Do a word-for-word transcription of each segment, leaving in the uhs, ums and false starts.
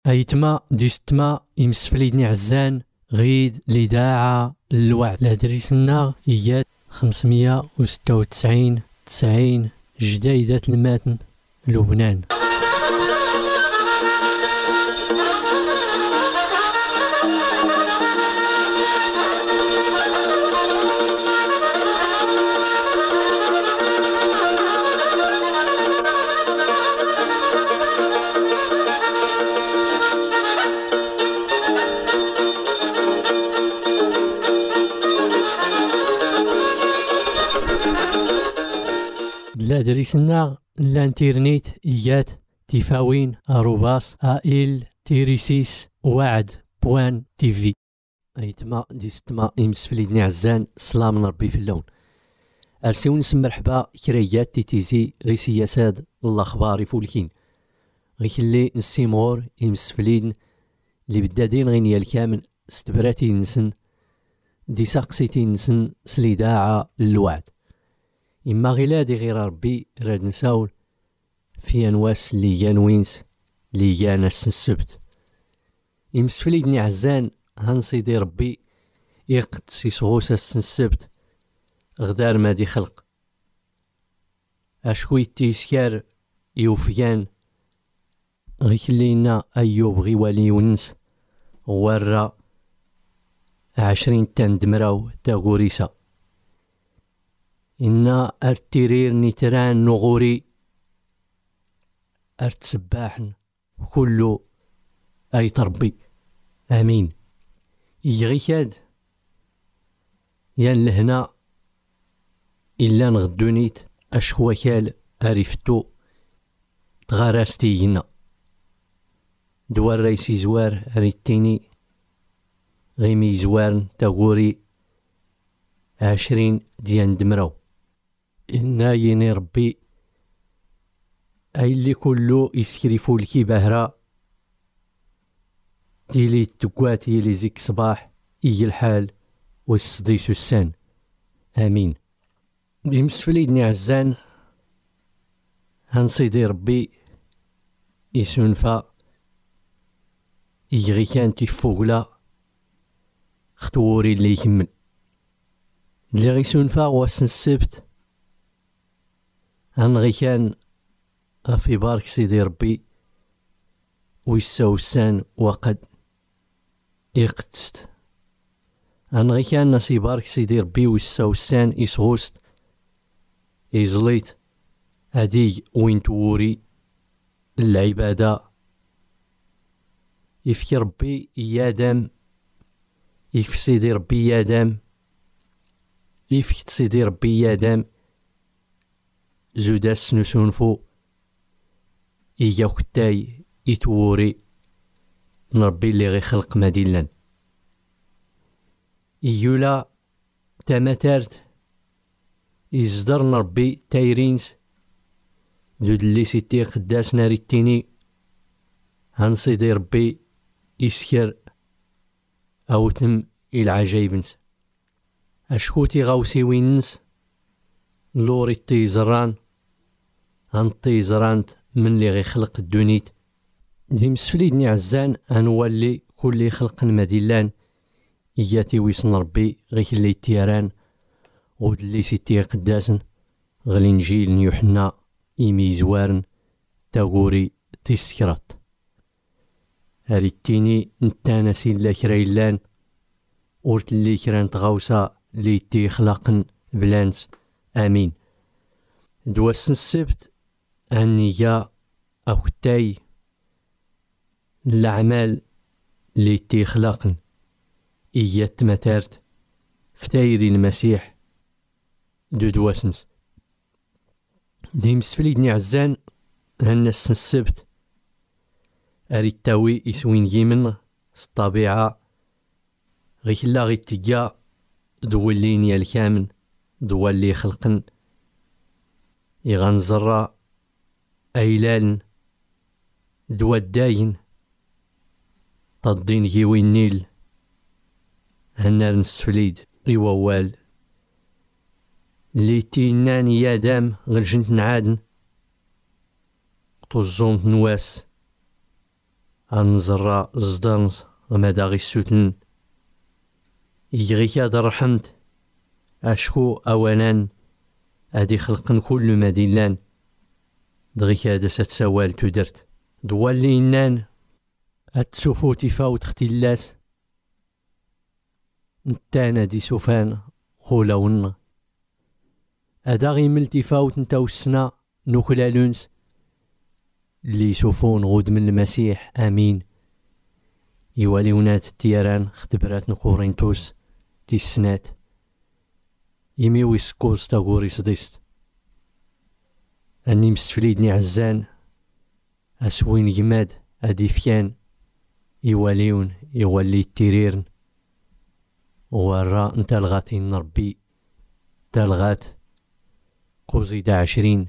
أيتما ديستما يمسفليدني عزان غيد لداعة الوعد لهدريسنا إيات خمسمية وستة وتسعين تسعين جديدة الماتن لبنان. لا دريسنا الانترنت إيات تفاوين أروباس آئل تيريسيس وعد بوان تيفي. أيتما ديستما يمسفليدني عزان سلام ربي في اللون. أرسيون نسم مرحبا كريات تيتيزي غي سياساد الأخبار يفولكين غي كلي نسيمور يمسفليدن اللي بدادين غينيا الكامل استبراتي نسن دي ساقسيتي نسن سليداعة الوعد. إما غيلادي غير ربي راد نساول في أنواس اللي جانوينس اللي جانا السبت يمسفليدني عزان هنصيدي ربي يقدسي صغوسة السبت غدار ما دي خلق أشكوي تيسكار يوفيان غيكلينا أيوب غي والي ونس ورا عشرين تندمراو تاغوريسا إنا أرتيرير نتران نغوري أرتسباحن كله أي تربي آمين. يغيكاد يان لهنا إلا نغدونيت أشكوكال أريفتو تغاراستينا دوار ريسي زوار ريتيني غيمي زوارن تغوري عشرين ديان دمراو إنا يني ربي أي اللي كله يسكريفو لكي بهرا ديلي التقوات يلي زيك صباح إي الحال والصديس السان آمين. دي مسفليدني عزان هنصيدي ربي يسونفا يغي كان تيفوغلا خطوري اللي يكمل اللي غيسونفا واسن السبت هنغي كان في بارك سيدي ربي ويساوسان وقد يقتست هنغي كان نسي بارك سيدي ربي ويساوسان يسغوست يزليت هدي وين توري العبادة يفكي ربي يادم يكفي سيدي ربي يادم يفكت سيدي ربي يادم زوداس نسونفو إيا كتاي يتوري نربي اللي غي خلق مدينلان إيولا تاماتارت يزدر نربي تايرينز دود اللي سيتي قداس ناري التيني هنصيدي ربي يسكر أو تم العجايبنس أشكوتي غاوسي وينس لوري التيزران هن التيزرانت من اللي غي خلق الدونيت دي مسفليدني عزان هنولي كل خلق المدينلان إياتي ويسن ربي غي اللي تيران ود اللي سيتي قداسن غلي نجيل يوحنا إيمي زوارن تاغوري تيسكرات هاري التيني نتانا سيلا كرايلان ورت اللي كران تغاوسا لي تي خلقن بلانس آمين. دواسن السبت هنيا أو تاي الأعمال لي تي خلقن إيات متارت فتايري المسيح دو دواسنس دي مسفليدني عزان هنسن السبت أريتاوي يسوين يمن الطبيعة غي كلا غي تيجا دولين يا الكامن دول اللي خلقن يغنزرا أيلالن دوا الداين تضين جيوي النيل هنار نسفليد إيووال لي تينان يادام غير جنت نعادن طزونت نواس أنزرا زدرنس غمادا غي السوتن يغيك هاد الرحمت أشكو أولا أدي خلقن كل مدينان دغيك هذا ستسوال تدرت دوالي إنان أتسوفو تفاوت اختلاس نتانا دي سوفان غولون أدا غي ملتفاوت نتاو السنا نوكلالونس اللي سوفون غود من المسيح آمين يواليونات التيران اختبرات نقورينتوس دي السنات يميوي سكوز تاغوري صديست أني مستفليدني عزان أسوين يماد أدي فيان يواليون يوالي التيريرن ورا انت الغاتين ربي تالغات قوزي دا عشرين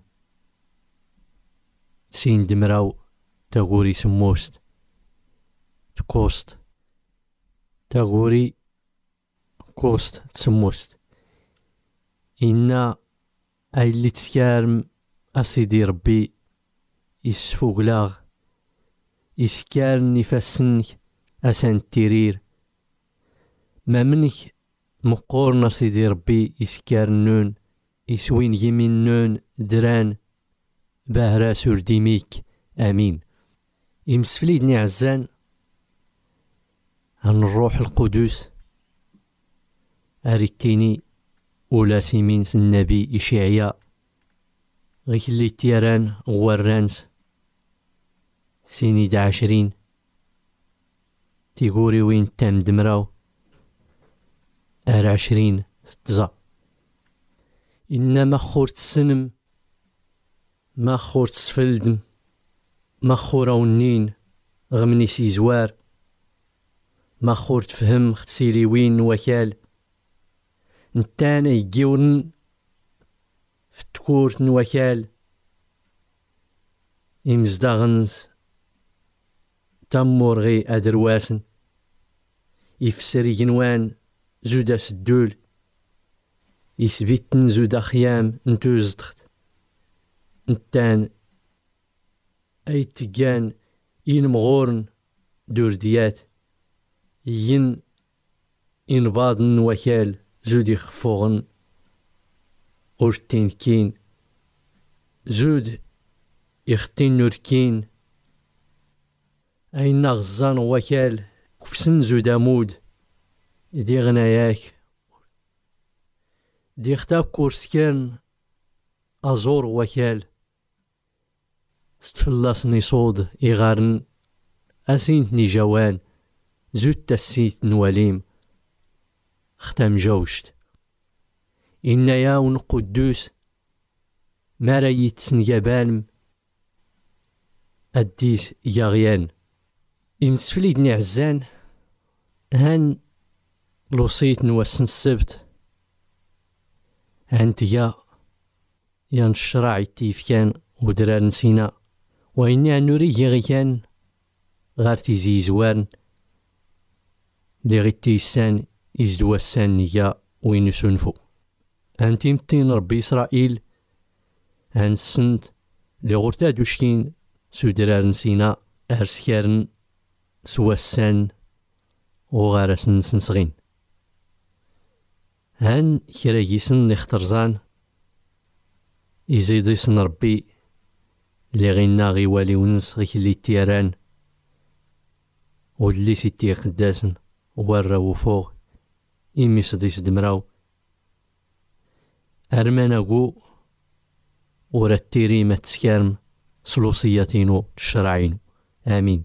سين دمراو تاغوري سموست تكوست تاغوري كوست تسموست إنا أي اللي تسكارم أسيدي ربي يسفوغلاغ يسكارن نفسنك أسان الترير ما منك مقورنا سيدي ربي يسكارنون يسوين يمينون دران باهرا سور ديميك آمين يمسفليدني عزان عن الروح القدس أريتيني ولا سيمينس النبي إشعياء غيك اللي تيران غورانس سيني دا عشرين تيقوري وين تام دمراو ار عشرين ستزا إنما خورت السنم ما خورت سفلدم ما خورا ونين غمني سيزوار ما خورت فهم ختسيلي وين وكال نتانا يجيورن فتكورت نوكال إمزداغنز تمور غي أدرواسن يفسري جنوان زودا سدول يثبتن زودا خيام نتوزدخت نتان أي تجان إن مغورن دورديات ين إن بعضن وكال زود يخفوغن أورتين كين زود يختين نوركين أين غزان وكال كفسن زود أمود دي غناياك دي اختاب كورسكان أزور وكال ستفلاسني صود إغارن أسينتني جوان زود تسيت نواليم ختم جوشت إن ياون قدوس ما رايت سنجابالم أديس يغيان إمسفليدني عزان هان لوصيت نوسن السبت هانت يا ينشرع التيفكان ودرار نسينا وإني نوري يغيان غارتي زي زوارن لي غيتي السان إزدوا السان نيا وين سنفو هانتي متين ربي إسرائيل هان السنت لي غورتا دوشكين سودرار نسينا أرسكارن سوا السان وغارسن سنسغين هان كرايسن اخترزان يزيديسن ربي لي غينا غي والي ونس غيك اللي تيران ولي سيتي قداسن ورا وفوق إمي صديس دمراو أرماناقو ورا التيري ما تسكارم سلوصياتينو الشرعين آمين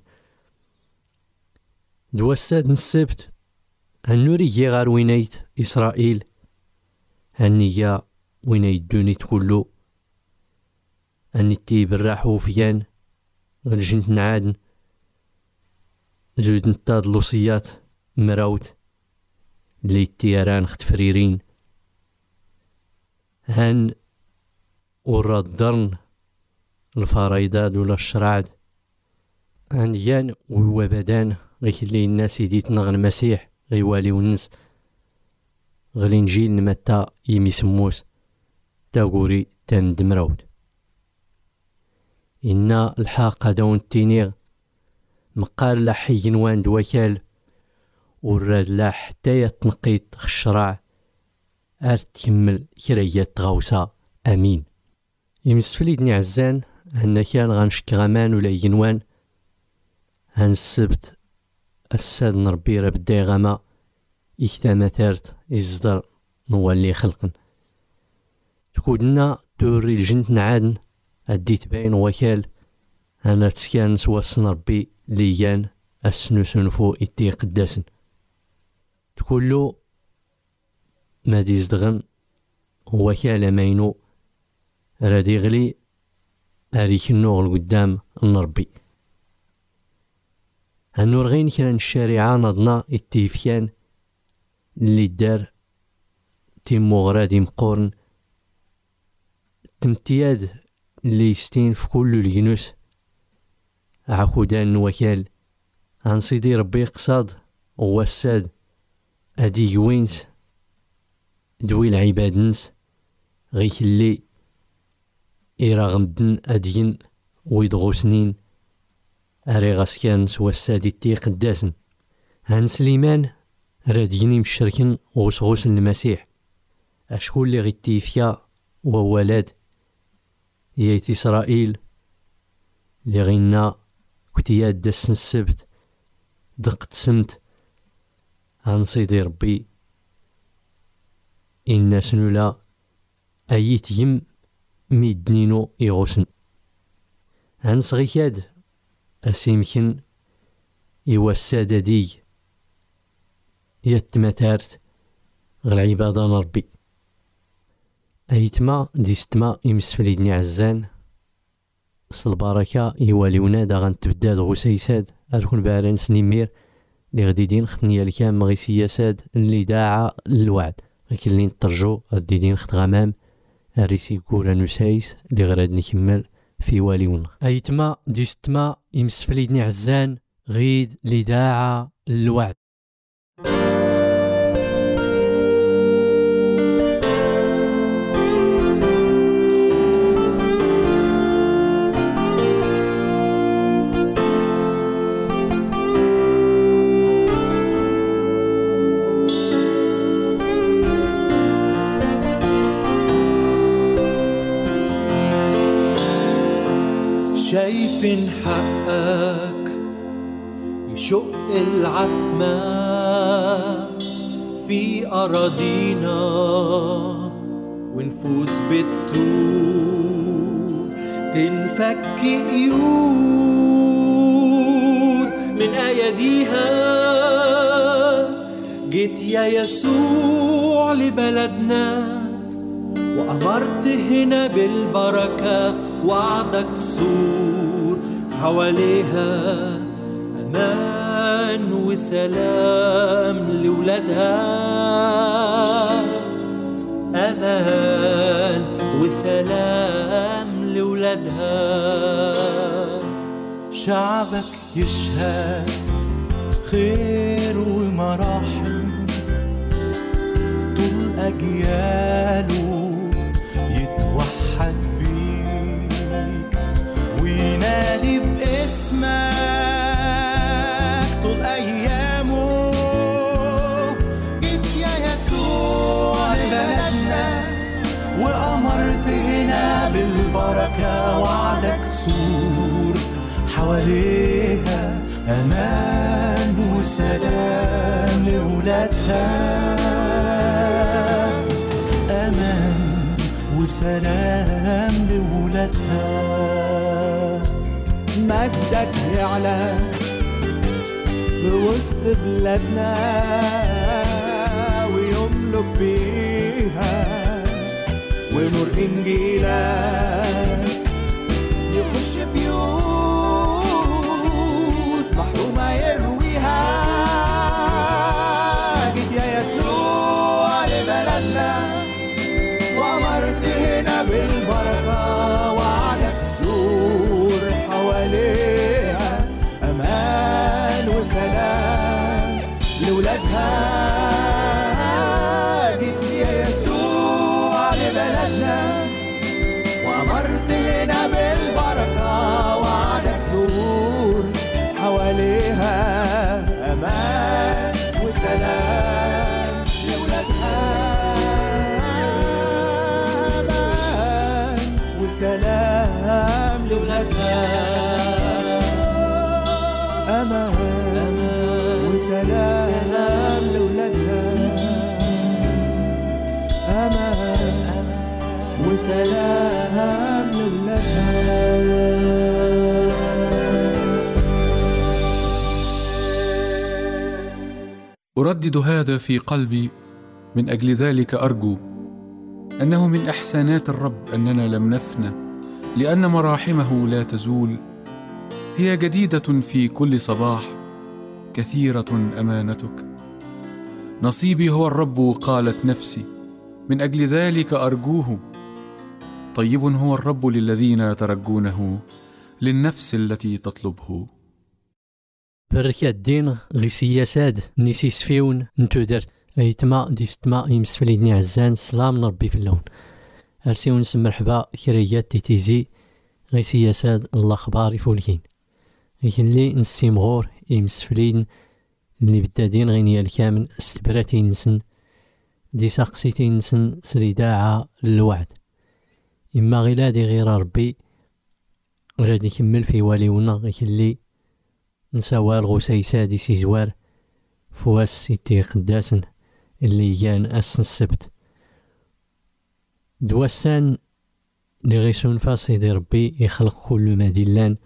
دواساد السبت هنوري غار وينيت إسرائيل هنيا وينيت دونيت كلو هنيتي بالراحو فيان غنجنت نعادن زود نتاد لوصيات مراوت لي التيران ختفريرين هان ورا الدرن الفرايداد ولا الشرعد هان يان ووابدان غيك اللي الناس يديت نغن المسيح غيوالي ونس غلي نجيل نمتا يمي سموس تاغوري تاند مراود إنا الحاقة دون التينيغ مقال لا حينوان دوكال وراد لا حتى يتنقيط خشراع ار تكمل كريات غوصة. امين. يمسفليدني عزان هنا كان غنشك غمان ولا ينوان هنسبت الساد نربي ربدي غما إكتاما تارت إصدر نولي خلقن تكودنا دوري الجنت نعادن أديت باين وكال أنا تسكان سواس نربي ليان السنو سنفو إتي قداسن تكولو ما ديزدغن وكال ماينو رادي غلي أريك النوغل قدام نربي هنورغين كان الشارعة نضنا التيفيان اللي دار تيمو غرادي مقورن تمتياد اللي يستين في كل الجنوس عقودان وكال عن سيدي ربي قصاد ووساد ادي جوينس دوي العباد نس غيك اللي إراغمدن أدين ويدغو سنين أري غاسكان سواسادي تي قداسن هان سليمان راديني مشركن غوس المسيح أشكول اللي غيتي فيا وولاد يايت إسرائيل اللي غينا كتيات دسن السبت دقت سمت عن سيدي ربي إنا سنولا أيت يم ميدنينو إغوسن عن صغيكاد أسيمكن يوساد دي يتمتارت غالعبادة نربي أيتما ديستما يمسفليدني عزان صالبركة يواليونا دا غنتبداد غسيساد أركون باران سنيمير لي غديدين ختنيا الكام مغي سياساد اللي داعا للوعد غيك اللي نترجو غديدين خت غمام الريسي كورا نسايس اللي غراد نكمل في واليونا أيتما ديستما يمسفليدني عزان غيد اللي داعا للوعد. شايفين حقك يشق العتمة في أراضينا ونفوس بتطول تنفك قيود من أيديها. جيت يا يسوع لبلدنا وأمرت هنا بالبركة، وعدك سور حواليها أمان وسلام لولادها، أمان وسلام لولادها. شعبك يشهد خير ومراحم طول أجياله، يتوحد بيك وينادي باسمك طول أيامه. جيت يا يسوع لبلدنا وأمرت هنا بالبركة، وعدك سور حواليها أمان وسلام لولادها، أمان وسلام لولادها. مجدك يعلى في وسط بلادنا ويملك فيها، ونور إنجيلك يخش بيوت محرومة يرويها. جيت يا يسوع لبلدنا وأمرت هنا بالبركة، وعدك سور حواليها أمان وسلام لولادها. جيت يا يسوع لبلدنا وأمرت هنا بالبركة، وعدك سور حواليها أمان وسلام لولادنا، أمان وسلام لولادنا. أردد هذا في قلبي، من أجل ذلك أرجو أنه من إحسانات الرب أننا لم نفنى، لأن مراحمه لا تزول، هي جديدة في كل صباح، كثيرة أمانتك. نصيبي هو الرب قالت نفسي، من أجل ذلك أرجوه. طيب هو الرب للذين يترجونه، للنفس التي تطلبه. بركة الدين غي سياساد نيسي سفيون نتو درت ايتما ديستما يمسفليدني عزان سلام ربي في اللون ارسيون نسم مرحبا كريات تيتيزي غي سياساد الله خباري فولكين لكن لي نسيم غور يمسفليدن اللي بدادين غيني الكامل استبراتي نسن دي ساقسيتي نسن سريداعة الوعد إما غيلادي غير ربي غادي يكمل في واليونا غيكن لي نساوال غوسيسادي سيزوار فواس سيتي قداسن اللي كان أسن السبت دواسان اللي غيسون فاسيدي ربي يخلق كل ما ديلان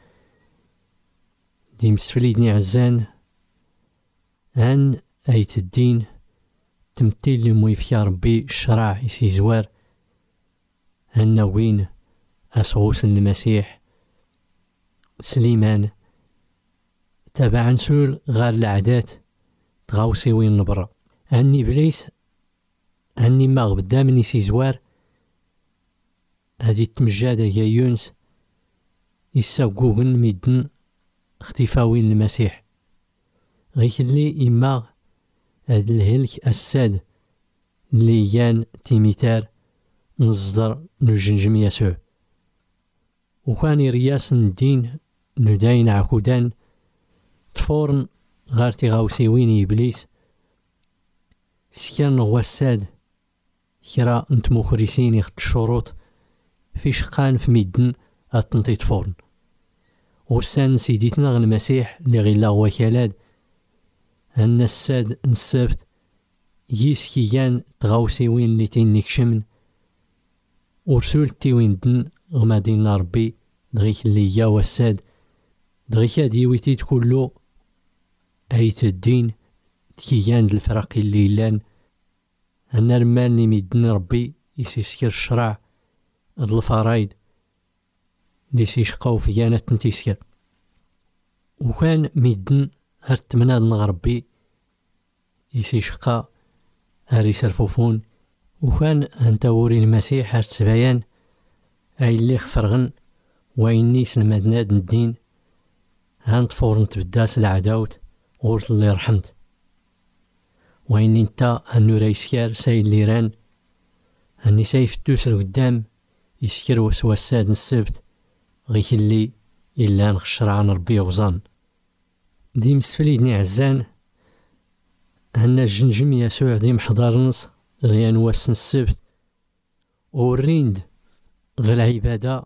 دي مسفليدني عزان عن أيت الدين تمثيل اللي مويفيا ربي الشرع يسيزوار هنا وين أسغوس المسيح سليمان تابع نسول غار العادات تغاوسي وين نبرا عني بليس عني ما غبدا مني سيزوار هادي التمجادة يا يونس يساقوغن ميدن اختفاوين المسيح غيك اللي إما هاد الهلك الساد اللي يان تيميتار نصدر نجنجم يسوع وكان رياس الدين نداين عكودان تفورن غارتي غاوسيوين إبليس سكان غواساد كرا انت مخرسين يخد الشروط في شقان في ميدن أتنطي تفورن وسان سيديتنا المسيح اللي غيلا وكالاد أن الساد نسبت يسكيان تغاوسيوين اللي تينيكشمن ورسول تيوين دن غمادين ربي دغيك اللي يا والساد دغيك هادي ويتيت كلو أيت الدين تكيان الفرق اللي لان أن رمان نميدن ربي يسيسكر الشرع هاد الفرايد اللي سيشقاو فيانا تنتيسكر وكان ميدن هاد تمناد نغربي يسيشقا هاد يسرفوفون وكان هنتاوري المسيح هاد سبايان أي اللي خفرغن ويني سلمادناد الدين هانت فورن تبداس العداوت غورت اللي رحمت ويني انتا هنو رايسكار سايد ليران هني سايف التوسر قدام يسكر وسواساد السبت غيك اللي إلا نخشر عن ربي غزان دي مسفليدني عزان هنا الجنجم يسوع دي محضرنس غيان واسن السبت وريند غير العبادة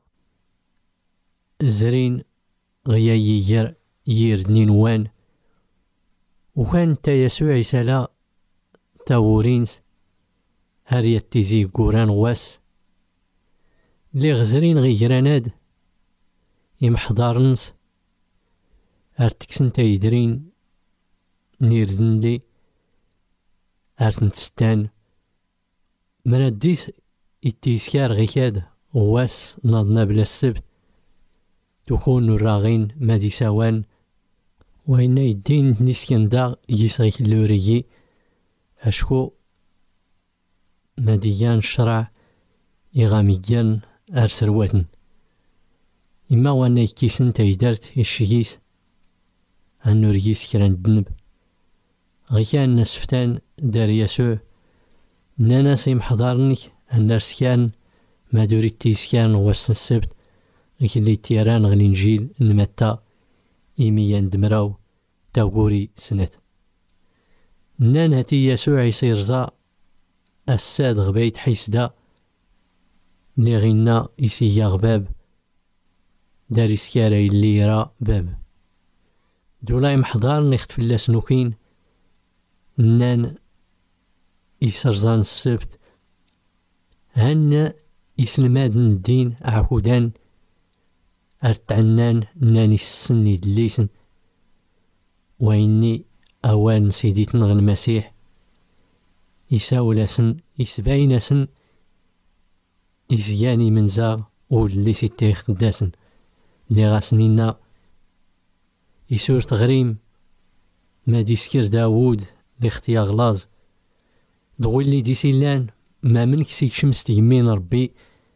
زرين غيا يير يردنين وان وكان تا يسوع يسالا تاورينس هاريات تيزي قوران واس لي غزرين غيراناد يمحضرنس ارتكسن تا يدرين نيردن لي ارتنتستان مناديس التيسكار غيكاد واس ناضنا بلا السبت تكون الراغين مادي سوان وهنا يدين نسكن دا يسغيك اللوريي أشكو ماديان الشرع إغاميان أرسرواتن إما وانا يكيسن تايدارت الشيس أنو ريس كران الدنب غيكان نسفتان دار يسوع نانا سيم حضارنك أن سكان ما دوري تيسكان وسن السبت غيك اللي تيران غلينجيل نمتا إيميان دمراو تاغوري سنة نان هاتي يسوع يصير زا الساد غبايت حيسدا لي غينا يسيا غباب داري سكاري اللي يرى باب دولا محضار نيخت فلاس نوكين نان يسرزان السبت هن يسلماد الدين عهودان ارتعنان ناني السني دليسن وإني أوان سيديتن غن المسيح يساولاسن يسبايناسن يزياني منزا ولي سيتيخ قداسن لي غاسنينا يسور تغريم ما ديسكير داوود لاختيا غلاز دغول لي ديسيلان ما منك سيك شمس تيمين ربي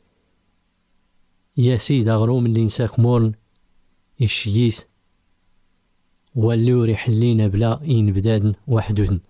يا سيد أغروم اللي نساك مورن الشييس واللي يريح لينا بلا إين بدادن وحدودن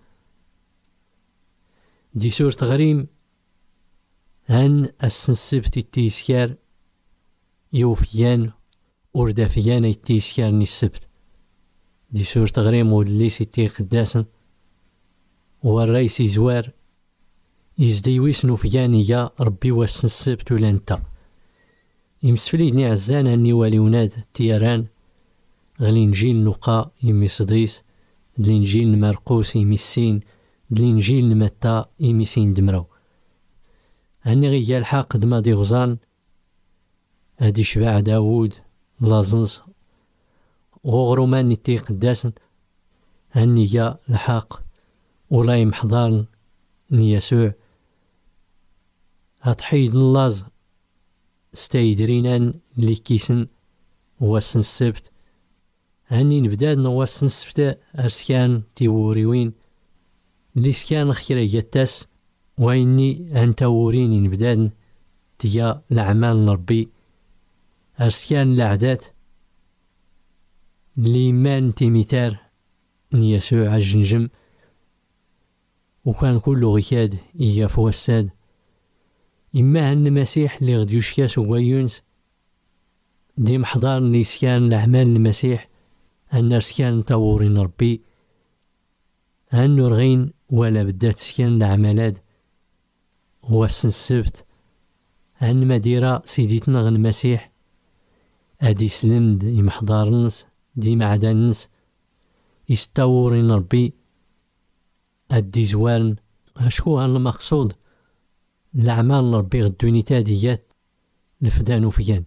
دي سورة غريم هن السنسبت التيسكار يوفيان وردافيان التيسكار نسبت دي سورة غريم ولي سيتي قداسن والرئيس زوار يزدي ويسنو فيانيا ربي واسنسبت ولا انت يمسفليدني عزان هني واليوناد تيران غالينجيل نقا يمي صديس دلينجيل مرقوس يمي السين دلينجيل نمتا يمي سين دمرو هني غيا الحق دما دي غزان هادي شباع داوود لازنز وغرومان نتي قداسن هني جا الحق ولاي محضار نيسوع هتحيد اللاز ستايدرينان اللي كيسن واسن السبت هاني نبداد نواسن السبت ارسكان تيوريوين اللي سكان خيرا يتاس ويني هنتاوريني نبداد تيا الأعمال ربي ارسكان العادات اللي مان تيميتار نيسوع الجنجم وكان كله غياد إيا فوساد إما هن المسيح اللي غد يشكاس ويونس دي محضار نيسكان الأعمال المسيح هن رسكان تاورين ربي هن نرغين ولا بدات سكان العملات هو السن السبت هن مديرة سيديتنا غن المسيح ادي سلمد يمحضارنس دي معدنس يستاورين ربي ادي زوارن هشكو هن المقصود الأعمال ربي غدوني تاديات لفدان وفيان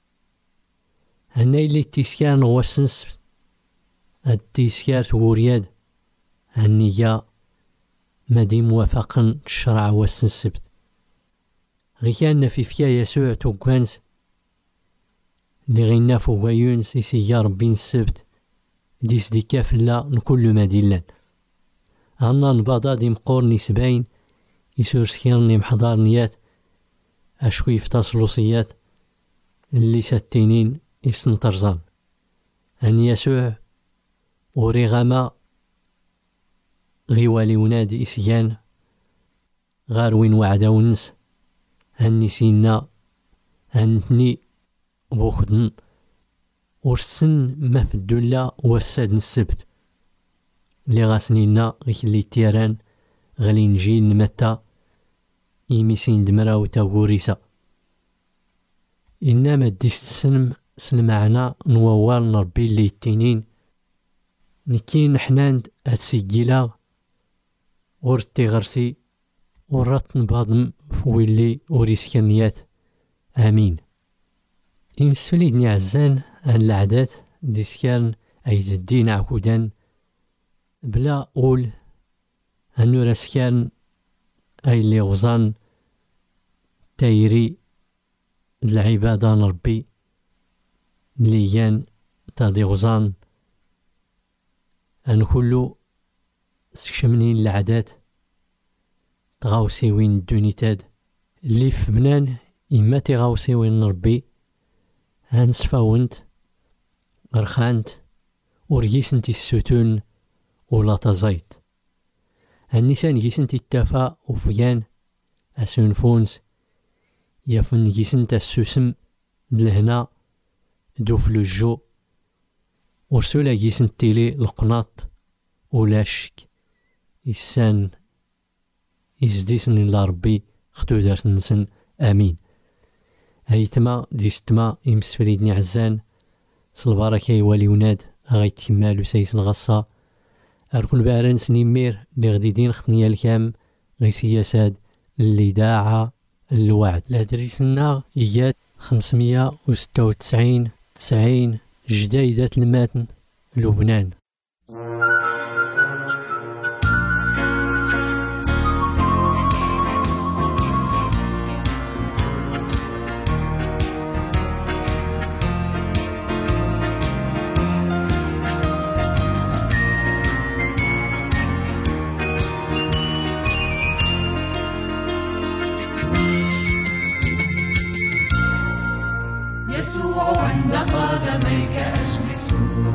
هنا اللي التيسكار هو السنس التيسكار تورياد هنيا مادي موافقا الشرع والسنسبت غيان في فيا يسوع توقانس اللي غينا فوق يونس يسيا ربي السبت ديس دي كافلا نكل مدينة هنا نباضا دي مقور نسباين يسور سكيرني محضار نيات أشوي في تصلوصيات اللي ستينين يسنطرزان هن يسوع ورغما غيوالي ونادي إسيان غاروين وعدا ونس هني سينا هنتني بوخدن ورسن ما في الدولة وساد السبت اللي غاسنينا غيخلي تيران غالي نجي نمتا يميسين دمرا وتاغوريسا إنما ديست سلم سلمعنا نووال نربي اللي التنين نكين نحناند هتسجيلا ورتي غرسي ورات نبادم فويلي وريسكنيات آمين إمسفليدني عزان عن العادات ديسكان أيز الدين عكودان بلا قول هنو راسكان أي اللي غزان تايري العبادة نربي ليان تادي غزان أن كلو سكشمنين العادات تغاوسيوين الدونيتاد اللي في بنان إما تغاوسيوين نربي هانسفاونت رخانت وريسنتي السوتون ولا تزايت هالنسان يسنتي التافا وفيان أسونفونس يفن يسنت السوسم دلهنا دوفلو الجو ورسولا يسنتي لي القناط ولا الشك يسان يزديسن إلا ربي ختو دارت نسن آمين هيتما ديستما يمسفريدني عزان صلباركا يوالي وناد غيتمالو سايسن غصة أركون باران سنيمير اللي غديدين خطنيا الكام غي سياسات اللي داعة الوعد. الهدريسنا إيات خمسمية وستة وتسعين تسعين جدايدة الماتن لبنان. يسوع عند قدميك أجلس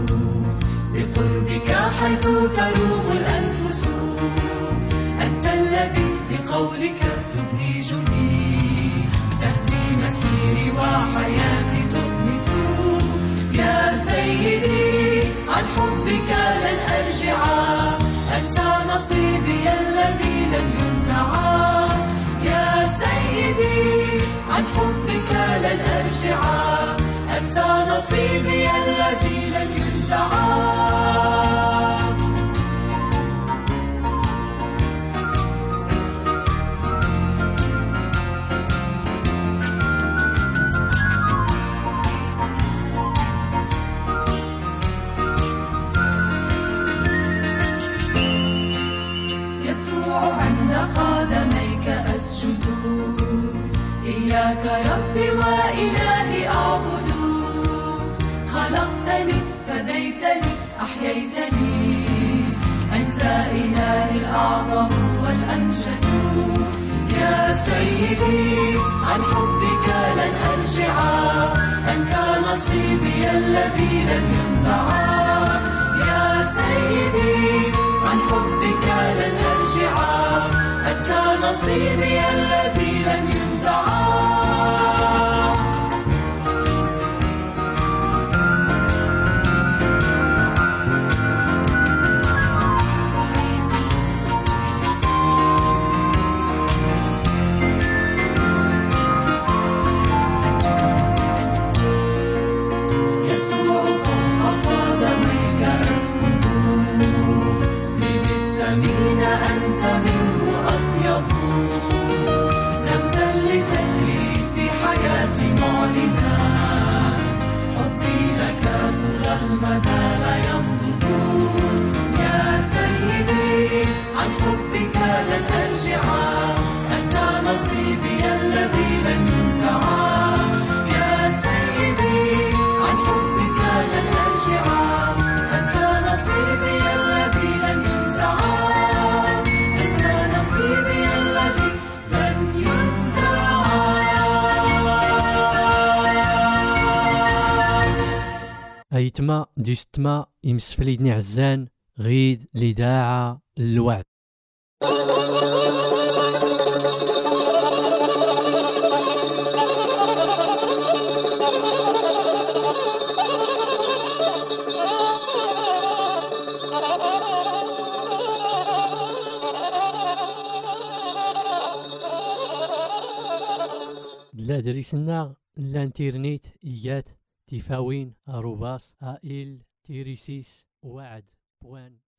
بقربك حيث تروم الأنفس. أنت الذي بقولك تبهجني، تهدي مسيري وحياتي تؤنس. يا سيدي عن حبك لن أرجع، أنت نصيبي الذي لن ينزع. يا سيدي عن حبك لن أرجع، أنت نصيبي الذي لن ينزع. يسوع عند قدميك أسجد، إياك ربي وإلهي أعبد. خلقتني فديتني أحييتني، أنت إلهي الأعظم والأمجد. يا سيدي عن حبك لن أرجع، أنت نصيبي الذي لن ينزع. يا سيدي عن حبك لن أرجع، أنت نصيبي الذي لن ينزع. يسوع فوق قدميك أسكن، طيب الثمين أنت منه أطيب. رمزا لتكريس حياتي معلنا، حبي لك طول المدى لا ينضب. يا سيدي عن حبك لن أرجع، أنت نصيبي الذي لن ينزع. يا سيدي عن حبك لن أرجع، أنت نصيبي الذي لن ينزع. أنت نصيبي الذي لن ينزع. أيتما ديستما يمسفليدني عزان غيد لداعة الوعد. لا دريسنا الانترنت إيات تفاوين أروباس آئل تيريسيس وعد بوان